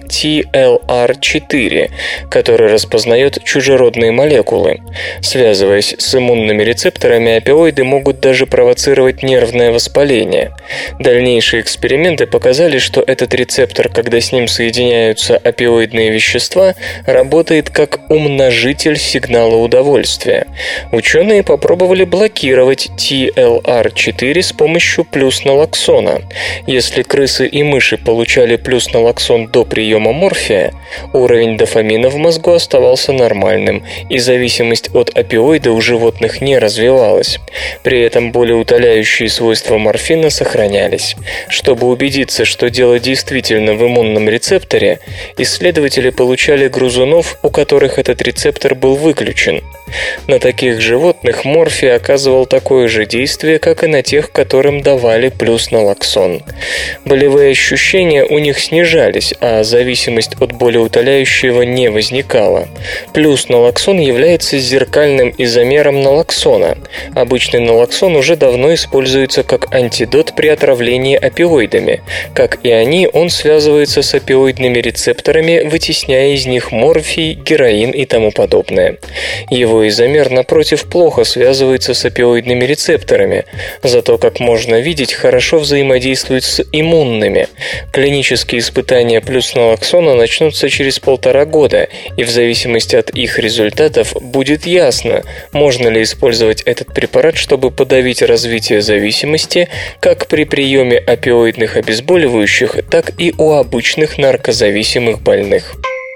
Speaker 3: TLR4, который распознает чужеродные молекулы. Связываясь с иммунными рецепторами, опиоиды могут даже провоцировать нервное воспаление. Дальнейшие эксперименты показали, что этот рецептор, когда с ним соединяются опиоидные вещества, работает как умножитель сигнала удовольствия. Ученые попробовали блокировать TLR4 с помощью плюс-налоксона. Если крысы и мыши получали плюс-налоксон до приема морфия, уровень дофамина в мозгу оставался нормальным, и зависимость от опиоида у животных не развивалась. При этом болеутоляющие свойства морфина сохранялись. Чтобы убедиться, что дело действительно в иммунном рецепторе, исследователи получали грызунов, у которых этот рецептор был выключен. На таких животных морфий оказывал такое же действие, как и на тех, которым давали плюс-налоксон. Болевые ощущения у них снижались, а зависимость от болеутоляющего не возникала. Плюс-налоксон является зеркальным изомером налоксона. Обычный налоксон уже давно используется как антидот при отравлении опиоидами. Как и они, он связывается с опиоидными рецепторами, вытесняя из них морфий, героин и тому подобное. Его изомер, напротив, плохо связывается с опиоидными рецепторами, зато, как можно видеть, хорошо взаимодействует с иммунными. Клинические испытания плюс-налоксона начнутся через 1,5 года, и в зависимости от их результатов будет ясно, можно ли использовать этот препарат, чтобы подавить развитие зависимости как при приеме опиоидных обезболивающих, так и у обычных наркозависимых больных.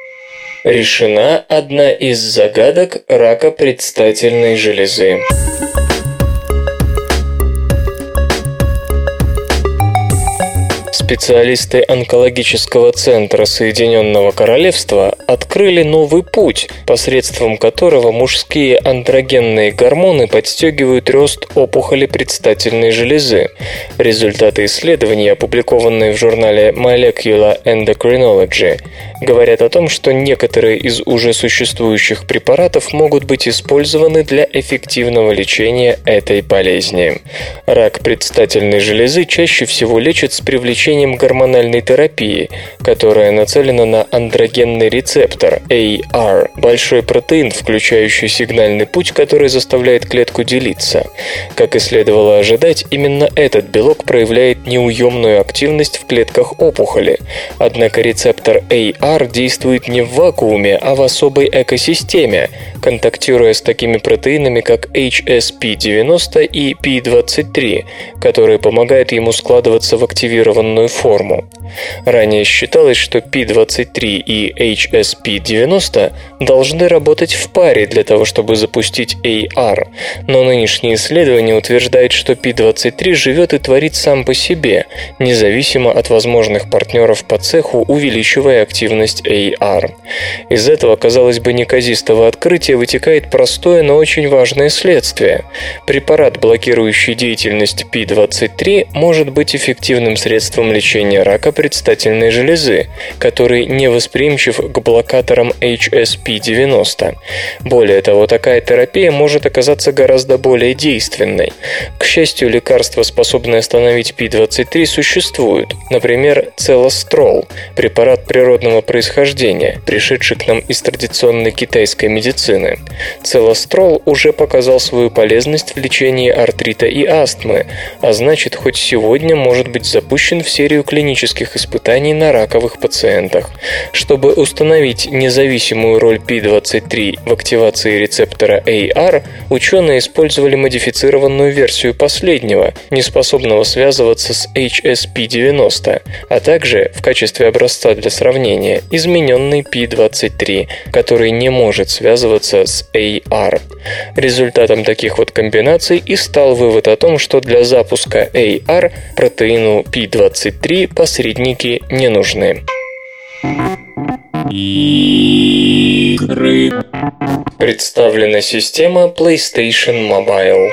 Speaker 3: Решена одна из загадок рака предстательной железы. Специалисты онкологического центра Соединенного Королевства открыли новый путь, посредством которого мужские андрогенные гормоны подстегивают рост опухоли предстательной железы. Результаты исследований, опубликованные в журнале Molecular Endocrinology, говорят о том, что некоторые из уже существующих препаратов могут быть использованы для эффективного лечения этой болезни. Рак предстательной железы чаще всего лечат с привлечением гормональной терапии, которая нацелена на андрогенный рецептор AR, большой протеин, включающий сигнальный путь, который заставляет клетку делиться. Как и следовало ожидать, именно этот белок проявляет неуемную активность в клетках опухоли. Однако рецептор AR действует не в вакууме, а в особой экосистеме, контактируя с такими протеинами, как HSP90 и P23, которые помогают ему складываться в активированную форму. Ранее считалось, что P23 и HSP90 должны работать в паре для того, чтобы запустить AR, но нынешние исследования утверждают, что P23 живет и творит сам по себе, независимо от возможных партнеров по цеху, увеличивая активность AR. Из этого, казалось бы, неказистого открытия вытекает простое, но очень важное следствие. Препарат, блокирующий деятельность P23, может быть эффективным средством лечения рака предстательной железы, который не восприимчив к блокаторам HSP90. Более того, такая терапия может оказаться гораздо более действенной. К счастью, лекарства, способные остановить P23, существуют. Например, Целострол, препарат природного происхождения, пришедший к нам из традиционной китайской медицины. Целострол уже показал свою полезность в лечении артрита и астмы, а значит, хоть сегодня может быть запущен в серию клинических испытаний на раковых пациентах. Чтобы установить независимую роль P23 в активации рецептора AR, ученые использовали модифицированную версию последнего, неспособного связываться с HSP90, а также, в качестве образца для сравнения, измененный P23, который не может связываться с AR. Результатом таких вот комбинаций и стал вывод о том, что для запуска AR протеину P23 посредники не нужны.
Speaker 2: Игры.
Speaker 3: Представлена система PlayStation Mobile.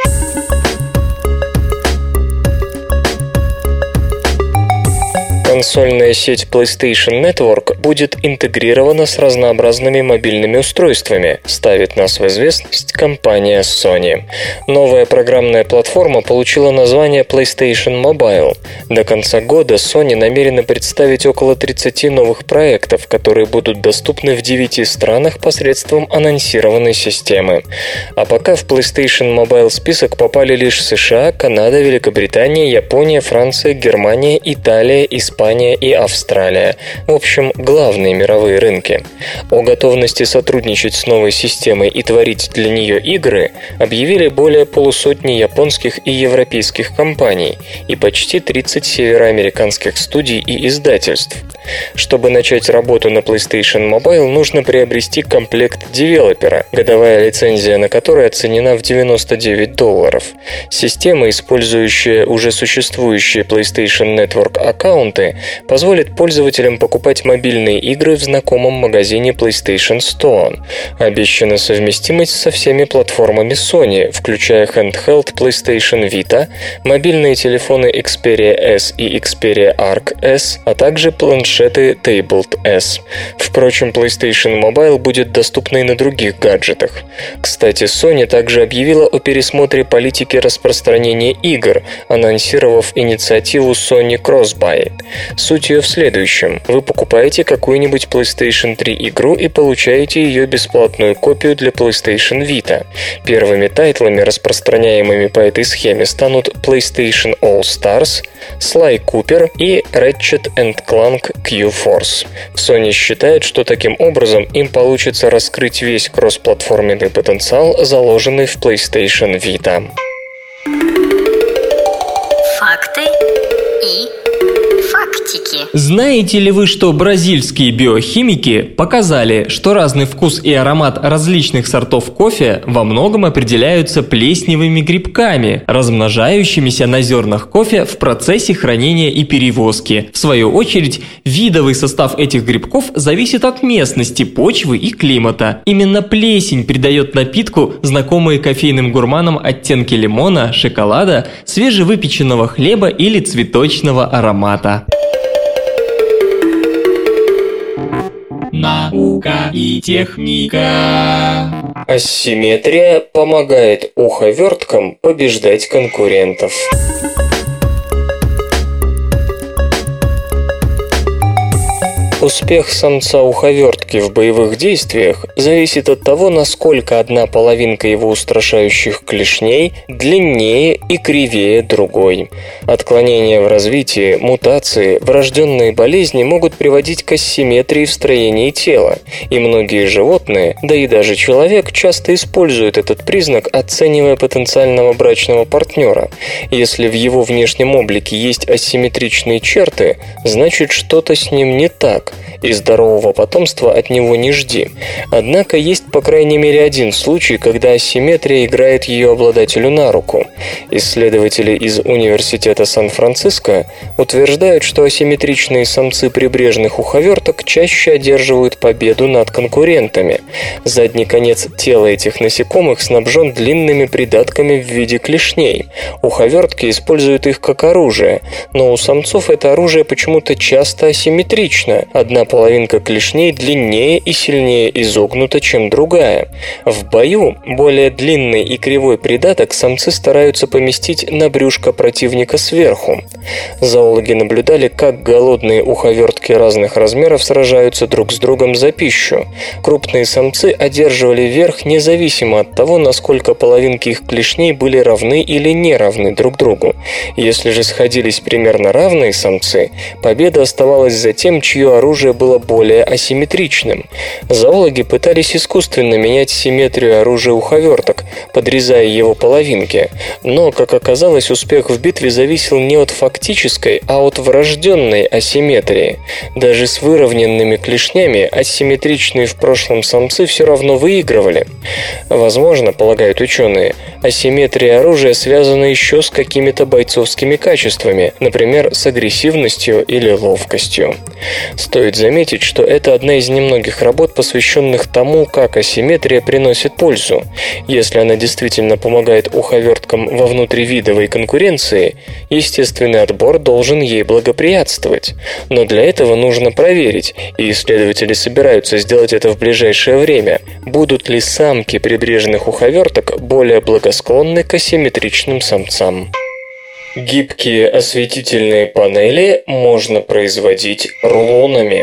Speaker 3: Консольная сеть PlayStation Network будет интегрирована с разнообразными мобильными устройствами, ставит нас в известность компания Sony. Новая программная платформа получила название PlayStation Mobile. До конца года Sony намерена представить около 30 новых проектов, которые будут доступны в 9 странах посредством анонсированной системы. А пока в PlayStation Mobile список попали лишь США, Канада, Великобритания, Япония, Франция, Германия, Италия, Испания и Австралия. В общем, главные мировые рынки. О готовности сотрудничать с новой системой и творить для нее игры объявили более полусотни японских и европейских компаний и почти 30 североамериканских студий и издательств. Чтобы начать работу на PlayStation Mobile, нужно приобрести комплект девелопера, годовая лицензия на который оценена в $99. Система, использующая уже существующие PlayStation Network аккаунты, позволит пользователям покупать мобильные игры в знакомом магазине PlayStation Store. Обещана совместимость со всеми платформами Sony, включая handheld PlayStation Vita, мобильные телефоны Xperia S и Xperia Arc S, а также планшеты Tablet S. Впрочем, PlayStation Mobile будет доступна и на других гаджетах. Кстати, Sony также объявила о пересмотре политики распространения игр, анонсировав инициативу Sony Crossbuy. Суть ее в следующем. Вы покупаете какую-нибудь PlayStation 3 игру и получаете ее бесплатную копию для PlayStation Vita. Первыми тайтлами, распространяемыми по этой схеме, станут PlayStation All Stars, Sly Cooper и Ratchet & Clank Q-Force. Sony считает, что таким образом им получится раскрыть весь кроссплатформенный потенциал, заложенный в PlayStation Vita.
Speaker 6: Факты и фактики.
Speaker 4: Знаете ли вы, что бразильские биохимики показали, что разный вкус и аромат различных сортов кофе во многом определяются плесневыми грибками, размножающимися на зернах кофе в процессе хранения и перевозки. В свою очередь, видовый состав этих грибков зависит от местности, почвы и климата. Именно плесень придает напитку знакомые кофейным гурманам оттенки лимона, шоколада, свежевыпеченного хлеба или цветочного аромата.
Speaker 2: Наука и техника.
Speaker 3: Асимметрия помогает уховерткам побеждать конкурентов. Успех самца-уховертки в боевых действиях зависит от того, насколько одна половинка его устрашающих клешней длиннее и кривее другой. Отклонения в развитии, мутации, врожденные болезни могут приводить к асимметрии в строении тела, и многие животные, да и даже человек, часто используют этот признак, оценивая потенциального брачного партнера. Если в его внешнем облике есть асимметричные черты, значит, что-то с ним не так, и здорового потомства от него не жди. Однако есть по крайней мере один случай, когда асимметрия играет ее обладателю на руку. Исследователи из Университета Сан-Франциско утверждают, что асимметричные самцы прибрежных уховерток чаще одерживают победу над конкурентами. Задний конец тела этих насекомых снабжен длинными придатками в виде клешней. Уховертки используют их как оружие, но у самцов это оружие почему-то часто асимметрично. Одна половинка клешней длиннее и сильнее изогнута, чем другая. В бою более длинный и кривой придаток самцы стараются поместить на брюшко противника сверху. Зоологи наблюдали, как голодные уховертки разных размеров сражаются друг с другом за пищу. Крупные самцы одерживали верх независимо от того, насколько половинки их клешней были равны или не равны друг другу. Если же сходились примерно равные самцы, победа оставалась за тем, чье оружие было более асимметричным. Зоологи пытались искусственно менять симметрию оружия уховерток, подрезая его половинки, но, как оказалось, успех в битве зависел не от фактической, а от врожденной асимметрии. Даже с выровненными клешнями асимметричные в прошлом самцы все равно выигрывали. Возможно, полагают ученые, асимметрия оружия связана еще с какими-то бойцовскими качествами, например, с агрессивностью или ловкостью. Стоит заметить, что это одна из немногих работ, посвященных тому, как асимметрия приносит пользу. Если она действительно помогает уховерткам во внутривидовой конкуренции, естественный отбор должен ей благоприятствовать. Но для этого нужно проверить, и исследователи собираются сделать это в ближайшее время, будут ли самки прибрежных уховерток более благосклонны к асимметричным самцам. Гибкие осветительные панели можно производить рулонами.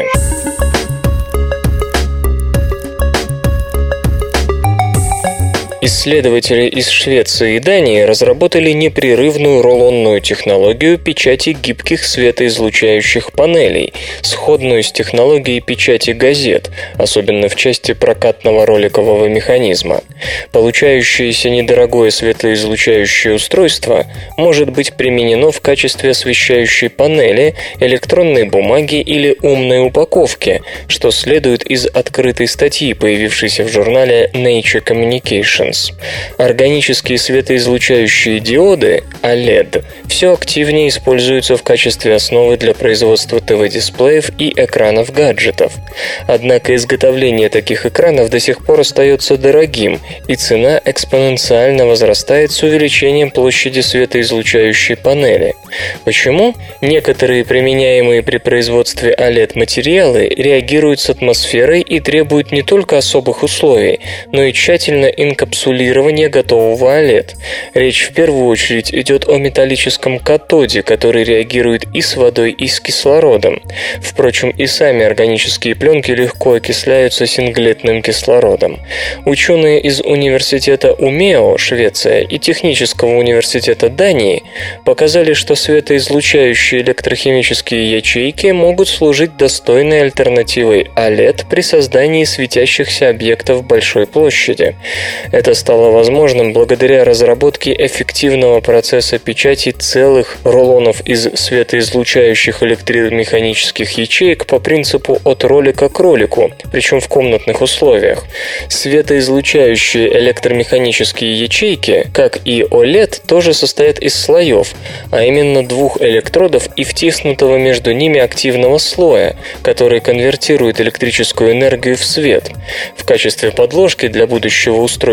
Speaker 3: Исследователи из Швеции и Дании разработали непрерывную рулонную технологию печати гибких светоизлучающих панелей, сходную с технологией печати газет, особенно в части прокатного роликового механизма. Получающееся недорогое светоизлучающее устройство может быть применено в качестве освещающей панели, электронной бумаги или умной упаковки, что следует из открытой статьи, появившейся в журнале Nature Communications. Органические светоизлучающие диоды OLED все активнее используются в качестве основы для производства ТВ-дисплеев и экранов гаджетов. Однако изготовление таких экранов до сих пор остается дорогим, и цена экспоненциально возрастает с увеличением площади светоизлучающей панели. Почему? Некоторые применяемые при производстве OLED материалы реагируют с атмосферой и требуют не только особых условий, но и тщательно инкапсулирования готового OLED. Речь в первую очередь идет о металлическом катоде, который реагирует и с водой, и с кислородом. Впрочем, и сами органические пленки легко окисляются синглетным кислородом. Ученые из университета Умео, Швеция, и Технического университета Дании показали, что светоизлучающие электрохимические ячейки могут служить достойной альтернативой OLED при создании светящихся объектов большой площади. Это стало возможным благодаря разработке эффективного процесса печати целых рулонов из светоизлучающих электромеханических ячеек по принципу «от ролика к ролику», причем в комнатных условиях. Светоизлучающие электромеханические ячейки, как и OLED, тоже состоят из слоев, а именно двух электродов и втиснутого между ними активного слоя, который конвертирует электрическую энергию в свет. В качестве подложки для будущего устройства было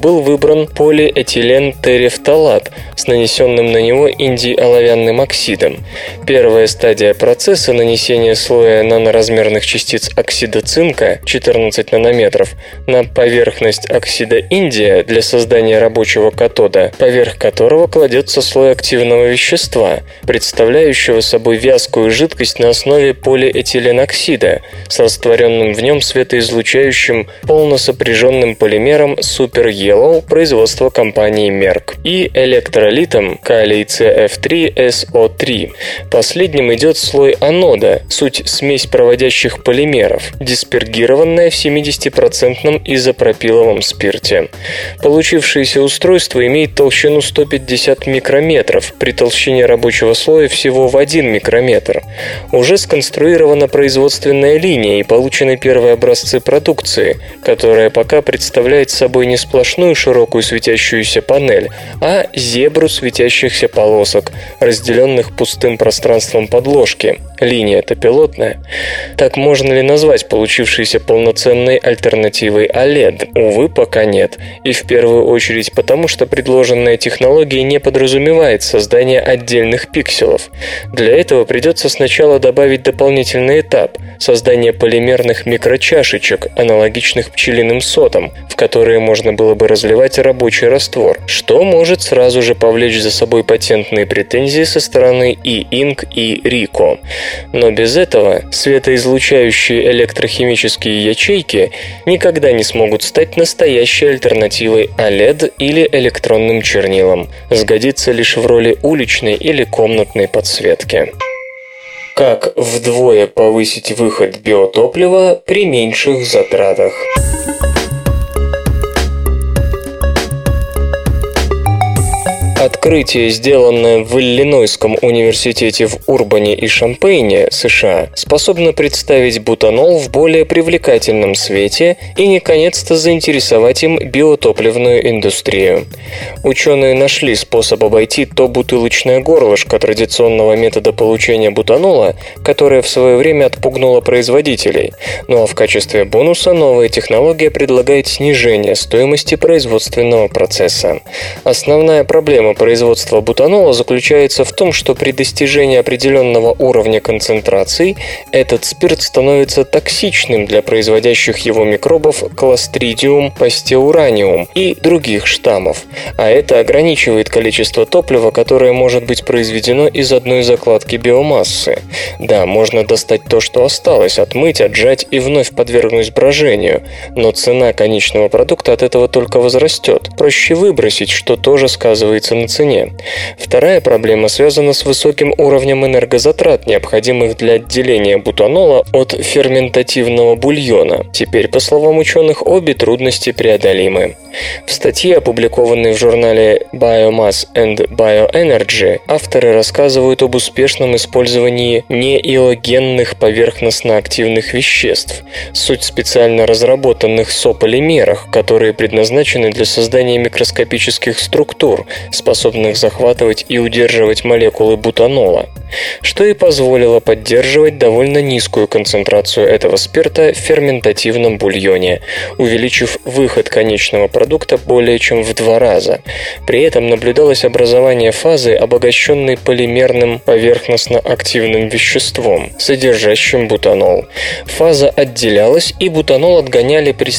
Speaker 3: был выбран полиэтилен-терефталат с нанесенным на него индиоловянным оксидом. Первая стадия процесса нанесения слоя наноразмерных частиц оксида цинка 14 нанометров на поверхность оксида индия для создания рабочего катода, поверх которого кладется слой активного вещества, представляющего собой вязкую жидкость на основе полиэтиленоксида с растворенным в нем светоизлучающим полносопряженным полимером Super Yellow производства компании Merck и электролитом калий CF3SO3. Последним идет слой анода, суть смесь проводящих полимеров, диспергированная в 70% изопропиловом спирте. Получившееся устройство имеет толщину 150 микрометров при толщине рабочего слоя всего в 1 микрометр. Уже сконструирована производственная линия и получены первые образцы продукции, которая пока представляет собой не сплошную широкую светящуюся панель, а зебру светящихся полосок, разделенных пустым пространством подложки. Линия-то пилотная. Так можно ли назвать получившейся полноценной альтернативой OLED? Увы, пока нет. И в первую очередь потому, что предложенная технология не подразумевает создание отдельных пикселов. Для этого придется сначала добавить дополнительный этап – создание полимерных микрочашечек, аналогичных пчелиным сотам, в которые можно было бы разливать рабочий раствор, что может сразу же повлечь за собой патентные претензии со стороны и Inc. и Ricoh. Но без этого светоизлучающие электрохимические ячейки никогда не смогут стать настоящей альтернативой OLED или электронным чернилам. Сгодится лишь в роли уличной или комнатной подсветки. Как вдвое повысить выход биотоплива при меньших затратах? Открытие, сделанное в Иллинойском университете в Урбане и Шампейне, США, способно представить бутанол в более привлекательном свете и, наконец-то, заинтересовать им биотопливную индустрию. Ученые нашли способ обойти то бутылочное горлышко традиционного метода получения бутанола, которое в свое время отпугнуло производителей. Ну а в качестве бонуса новая технология предлагает снижение стоимости производственного процесса. Основная проблема производства бутанола заключается в том, что при достижении определенного уровня концентраций этот спирт становится токсичным для производящих его микробов Clostridium pastöraneum и других штаммов, а это ограничивает количество топлива, которое может быть произведено из одной закладки биомассы. Да, можно достать то, что осталось, отмыть, отжать и вновь подвергнуть брожению, но цена конечного продукта от этого только возрастет. Проще выбросить, что тоже сказывается на цене. Вторая проблема связана с высоким уровнем энергозатрат, необходимых для отделения бутанола от ферментативного бульона. Теперь, по словам ученых, обе трудности преодолимы. В статье, опубликованной в журнале Biomass and Bioenergy, авторы рассказывают об успешном использовании неиогенных поверхностно-активных веществ, суть специально разработанных сополимерах, которые предназначены для создания микроскопических структур, способных захватывать и удерживать молекулы бутанола, что и позволило поддерживать довольно низкую концентрацию этого спирта в ферментативном бульоне, увеличив выход конечного продукта более чем в 2 раза. При этом наблюдалось образование фазы, обогащенной полимерным поверхностно-активным веществом, содержащим бутанол. Фаза отделялась, и бутанол отгоняли при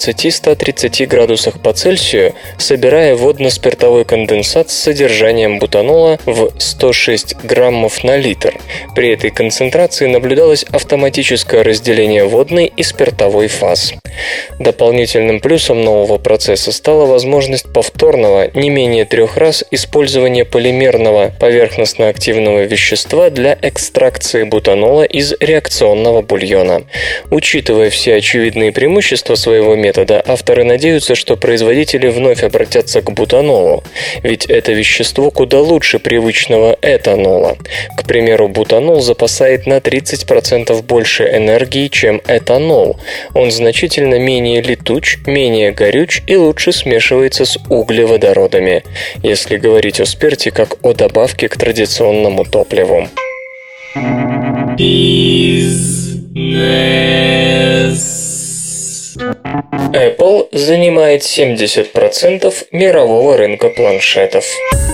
Speaker 3: 120-130 градусах по Цельсию, собирая водно-спиртовой конденсат с содержанием бутанола в 106 граммов на литр. При этой концентрации наблюдалось автоматическое разделение водной и спиртовой фаз. Дополнительным плюсом нового процесса стала возможность повторного, не менее 3 раз, использования полимерного поверхностно-активного вещества для экстракции бутанола из реакционного бульона. Учитывая все очевидные преимущества своего метода, авторы надеются, что производители вновь обратятся к бутанолу, ведь это вещество куда лучше привычного этанола. К примеру, бутанол запасает на 30% больше энергии, чем этанол. Он значительно менее летуч, менее горюч и лучше смешивается с углеводородами, если говорить о спирте как о добавке к традиционному топливу.
Speaker 2: Бизнес.
Speaker 3: Apple занимает 70% мирового рынка планшетов.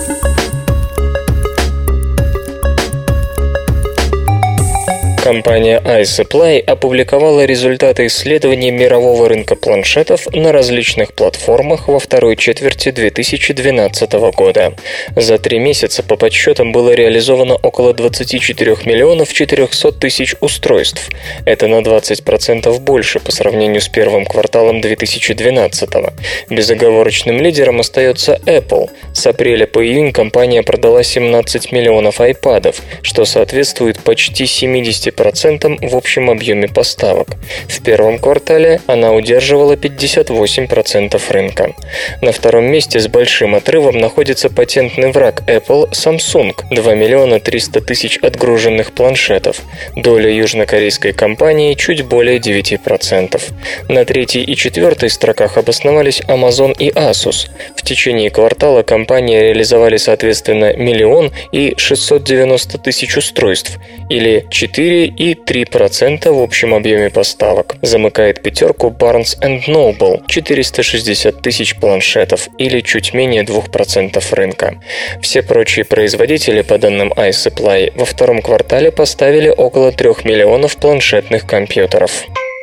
Speaker 3: Компания iSupply опубликовала результаты исследований мирового рынка планшетов на различных платформах во второй четверти 2012 года. За 3 месяца по подсчетам было реализовано около 24 миллионов 400 тысяч устройств. Это на 20% больше по сравнению с первым кварталом 2012. Безоговорочным лидером остается Apple. С апреля по июнь компания продала 17 миллионов iPad'ов, что соответствует почти 70% в общем объеме поставок. В первом квартале она удерживала 58% рынка. На втором месте с большим отрывом находится патентный враг Apple Samsung – 2 миллиона 300 тысяч отгруженных планшетов. Доля южнокорейской компании чуть более 9%. На третьей и четвертой строках обосновались Amazon и Asus. В течение квартала компании реализовали соответственно 1 миллион и 690 тысяч устройств, или 4,3% в общем объеме поставок. Замыкает пятерку Barnes & Noble – 460 тысяч планшетов, или чуть менее 2% рынка. Все прочие производители, по данным iSupply, во втором квартале поставили около 3 миллионов планшетных компьютеров.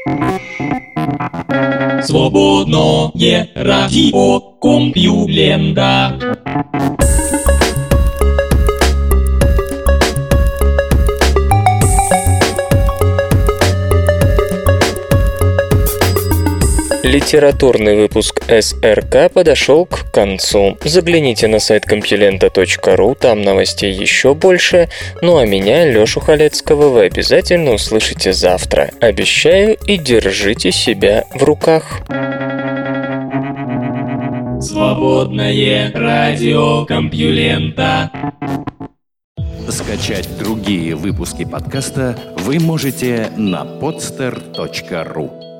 Speaker 2: Свободное радио Компьюлента.
Speaker 3: Литературный выпуск СРК подошел к концу. Загляните на сайт compulenta.ru, там новостей еще больше. Ну а меня, Лешу Халецкого, вы обязательно услышите завтра. Обещаю, и держите себя в руках.
Speaker 2: Свободное радио Компьюлента.
Speaker 1: Скачать другие выпуски подкаста вы можете на podster.ru.